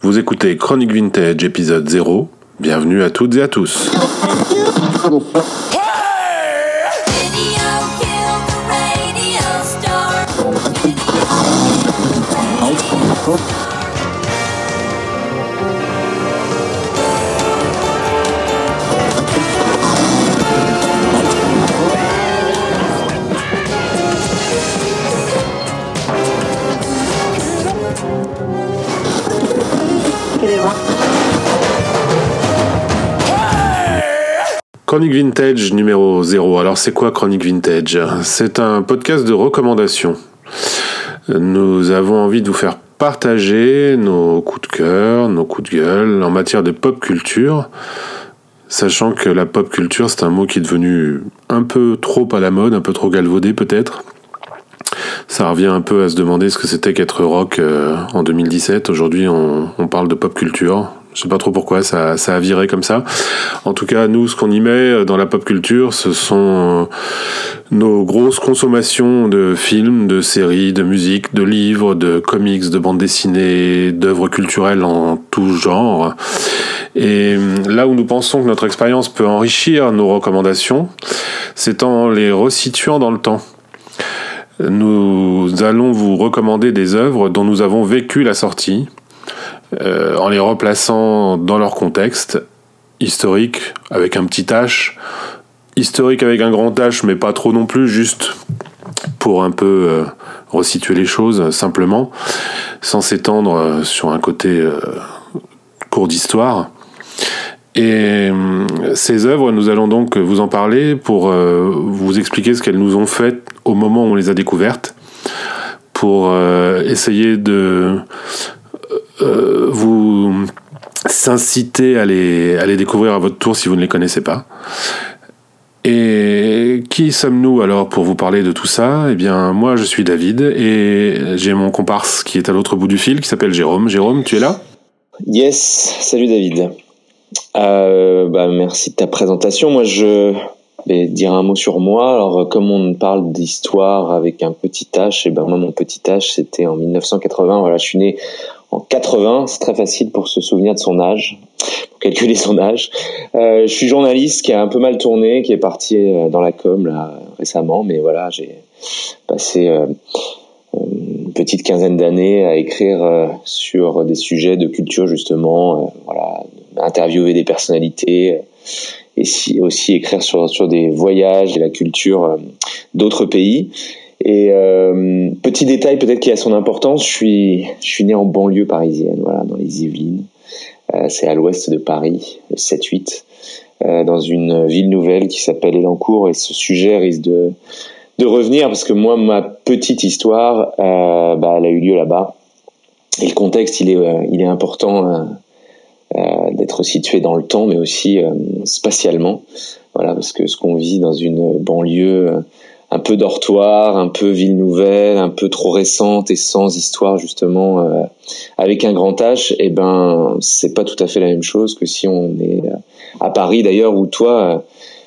Vous écoutez Chronique Vintage épisode 0. Bienvenue à toutes et à tous. Chronique Vintage numéro 0. Alors c'est quoi Chronique Vintage ? C'est un podcast de recommandations. Nous avons envie de vous faire partager nos coups de cœur, nos coups de gueule en matière de pop culture, sachant que la pop culture c'est un mot qui est devenu un peu trop à la mode, un peu trop galvaudé peut-être. Ça revient un peu à se demander ce que c'était qu'être rock en 2017. Aujourd'hui on parle de pop culture. Je sais pas trop pourquoi ça a viré comme ça. En tout cas, nous, ce qu'on y met dans la pop culture, ce sont nos grosses consommations de films, de séries, de musique, de livres, de comics, de bandes dessinées, d'œuvres culturelles en tout genre. Et là où nous pensons que notre expérience peut enrichir nos recommandations, c'est en les resituant dans le temps. Nous allons vous recommander des œuvres dont nous avons vécu la sortie, en les replaçant dans leur contexte historique avec un petit H, historique avec un grand H mais pas trop non plus, juste pour un peu resituer les choses simplement, sans s'étendre sur un côté cours d'histoire. Et ces œuvres, nous allons donc vous en parler pour vous expliquer ce qu'elles nous ont fait au moment où on les a découvertes, pour essayer de vous s'inciter à les découvrir à votre tour si vous ne les connaissez pas. Et qui sommes-nous alors pour vous parler de tout ça ? Eh bien, moi je suis David et j'ai mon comparse qui est à l'autre bout du fil qui s'appelle Jérôme. Jérôme, tu es là ? Yes, salut David. Merci de ta présentation. Moi je vais dire un mot sur moi. Alors comme on parle d'histoire avec un petit H, moi mon petit H c'était en 1980. Voilà, je suis né en 80, c'est très facile pour se souvenir de son âge, pour calculer son âge. Je suis journaliste qui a un peu mal tourné, qui est parti dans la com là récemment, mais voilà, j'ai passé une petite quinzaine d'années à écrire sur des sujets de culture justement, interviewer des personnalités et aussi écrire sur des voyages et la culture d'autres pays. Et petit détail peut-être qui a son importance, je suis né en banlieue parisienne, voilà, dans les Yvelines. C'est à l'ouest de Paris, le 7-8, dans une ville nouvelle qui s'appelle Elancourt. Et ce sujet risque de revenir parce que moi, ma petite histoire, elle a eu lieu là-bas. Et le contexte, il est important d'être situé dans le temps, mais aussi spatialement. Voilà, parce que ce qu'on vit dans une banlieue un peu dortoir, un peu ville nouvelle, un peu trop récente et sans histoire justement, avec un grand H, c'est pas tout à fait la même chose que si on est à Paris d'ailleurs, d'où toi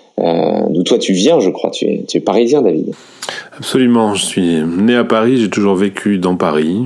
tu viens, je crois. Tu es parisien, David. Absolument, je suis né à Paris, j'ai toujours vécu dans Paris,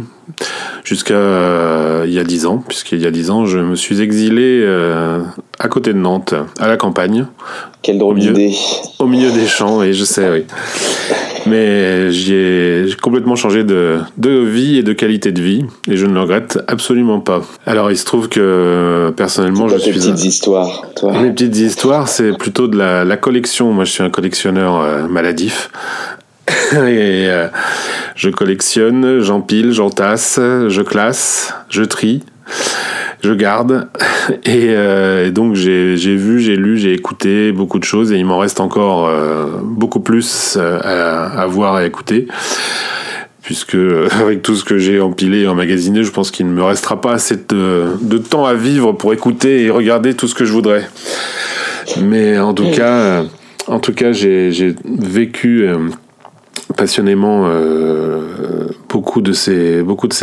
jusqu'à il y a 10 ans, puisqu'il y a 10 ans, je me suis exilé à côté de Nantes, à la campagne. Quelle drôle d'idée. Au milieu des champs, et je sais, oui. Mais j'ai complètement changé de vie et de qualité de vie, et je ne le regrette absolument pas. Alors, il se trouve que, personnellement, je suis... Tes petites histoires, toi. Mes petites histoires, c'est plutôt de la collection. Moi, je suis un collectionneur maladif. Et je collectionne, j'empile, j'entasse, je classe, je trie, je garde. Et donc j'ai vu, j'ai lu, j'ai écouté beaucoup de choses et il m'en reste encore beaucoup plus à voir et à écouter. Puisque avec tout ce que j'ai empilé et emmagasiné, je pense qu'il ne me restera pas assez de temps à vivre pour écouter et regarder tout ce que je voudrais. Mais en tout cas, j'ai vécu passionnément beaucoup de ces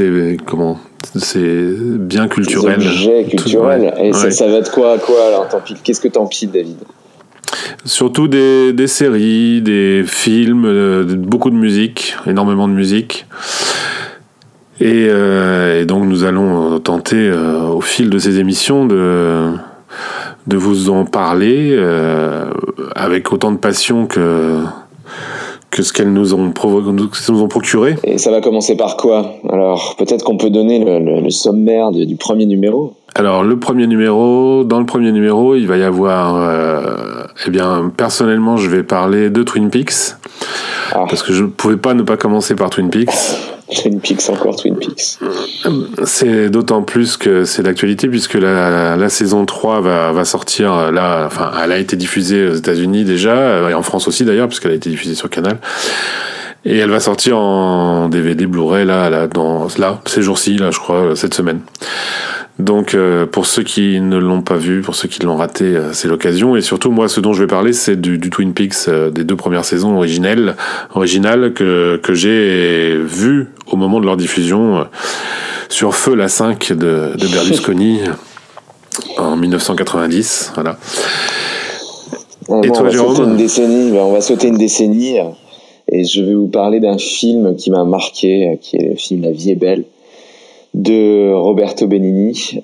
biens culturels. Des objets culturels. Et ça va être quoi alors t'empiles ? Qu'est-ce que t'empiles, David ? Surtout des séries, des films, beaucoup de musique, énormément de musique. Et donc nous allons tenter au fil de ces émissions de vous en parler avec autant de passion que ce qu'elles nous ont procuré. Et ça va commencer par quoi ? Alors peut-être qu'on peut donner le sommaire du premier numéro. Alors dans le premier numéro, il va y avoir personnellement je vais parler de Twin Peaks parce que je ne pouvais pas ne pas commencer par Twin Peaks. Twin Peaks. C'est d'autant plus que c'est d'actualité puisque la saison 3 va sortir là, enfin elle a été diffusée aux États-Unis déjà et en France aussi d'ailleurs puisqu'elle a été diffusée sur Canal. Et elle va sortir en DVD Blu-ray ces jours-ci là, je crois cette semaine. Donc pour ceux qui ne l'ont pas vu, pour ceux qui l'ont raté, c'est l'occasion. Et surtout moi, ce dont je vais parler, c'est du Twin Peaks des 2 premières saisons originales que j'ai vu au moment de leur diffusion sur Feu la 5 de Berlusconi en 1990. Voilà. Et toi, Jérôme ? On va sauter une décennie et je vais vous parler d'un film qui m'a marqué, qui est le film La vie est belle de Roberto Benigni,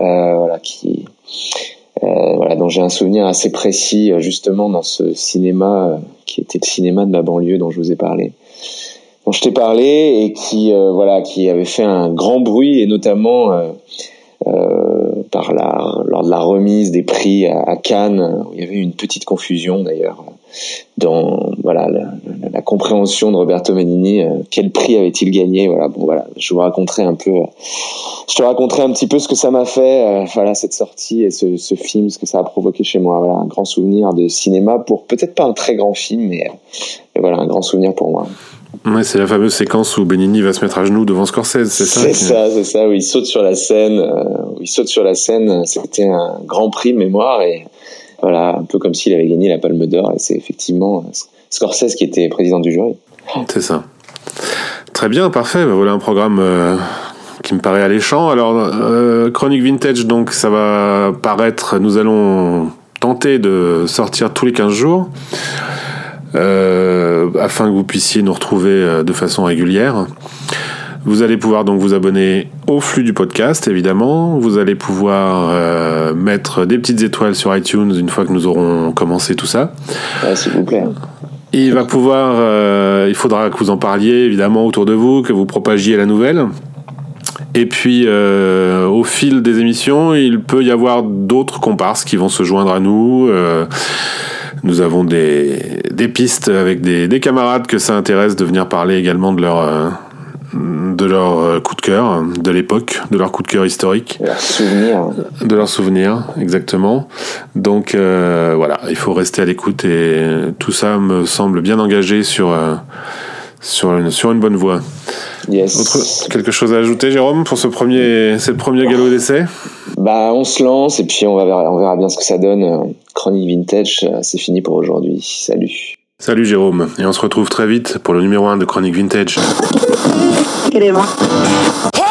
dont j'ai un souvenir assez précis justement dans ce cinéma qui était le cinéma de ma banlieue dont je vous ai parlé, dont je t'ai parlé et qui avait fait un grand bruit et notamment lors de la remise des prix à Cannes, où il y avait eu une petite confusion d'ailleurs dans la compréhension de Roberto Benigni. Quel prix avait-il gagné ? Je te raconterai un petit peu ce que ça m'a fait, cette sortie et ce film, ce que ça a provoqué chez moi. Voilà, un grand souvenir de cinéma pour peut-être pas un très grand film, mais un grand souvenir pour moi. Ouais, c'est la fameuse séquence où Benigni va se mettre à genoux devant Scorsese, c'est ça ? C'est ça, où il saute sur la scène. C'était un grand prix de mémoire et un peu comme s'il avait gagné la Palme d'Or. Et c'est effectivement Scorsese qui était président du jury. C'est ça. Très bien, parfait. Voilà un programme qui me paraît alléchant. Alors, Chronique Vintage, donc ça va paraître. Nous allons tenter de sortir tous les 15 jours. Afin que vous puissiez nous retrouver de façon régulière. Vous allez pouvoir donc vous abonner au flux du podcast, évidemment. Vous allez pouvoir mettre des petites étoiles sur iTunes une fois que nous aurons commencé tout ça. Ouais, s'il vous plaît. Il faudra que vous en parliez, évidemment, autour de vous, que vous propagiez la nouvelle. Et puis, au fil des émissions, il peut y avoir d'autres comparses qui vont se joindre à nous. Nous avons des pistes avec des camarades que ça intéresse de venir parler également de leur coup de cœur de l'époque, de leur coup de cœur historique. De leurs souvenirs, exactement. Donc il faut rester à l'écoute et tout ça me semble bien engagé sur une bonne voie. Yes. Quelque chose à ajouter, Jérôme, pour ce premier galop d'essai ? On se lance et puis on verra bien ce que ça donne. Chronique Vintage, c'est fini pour aujourd'hui. Salut. Salut Jérôme, et on se retrouve très vite pour le numéro 1 de Chronique Vintage.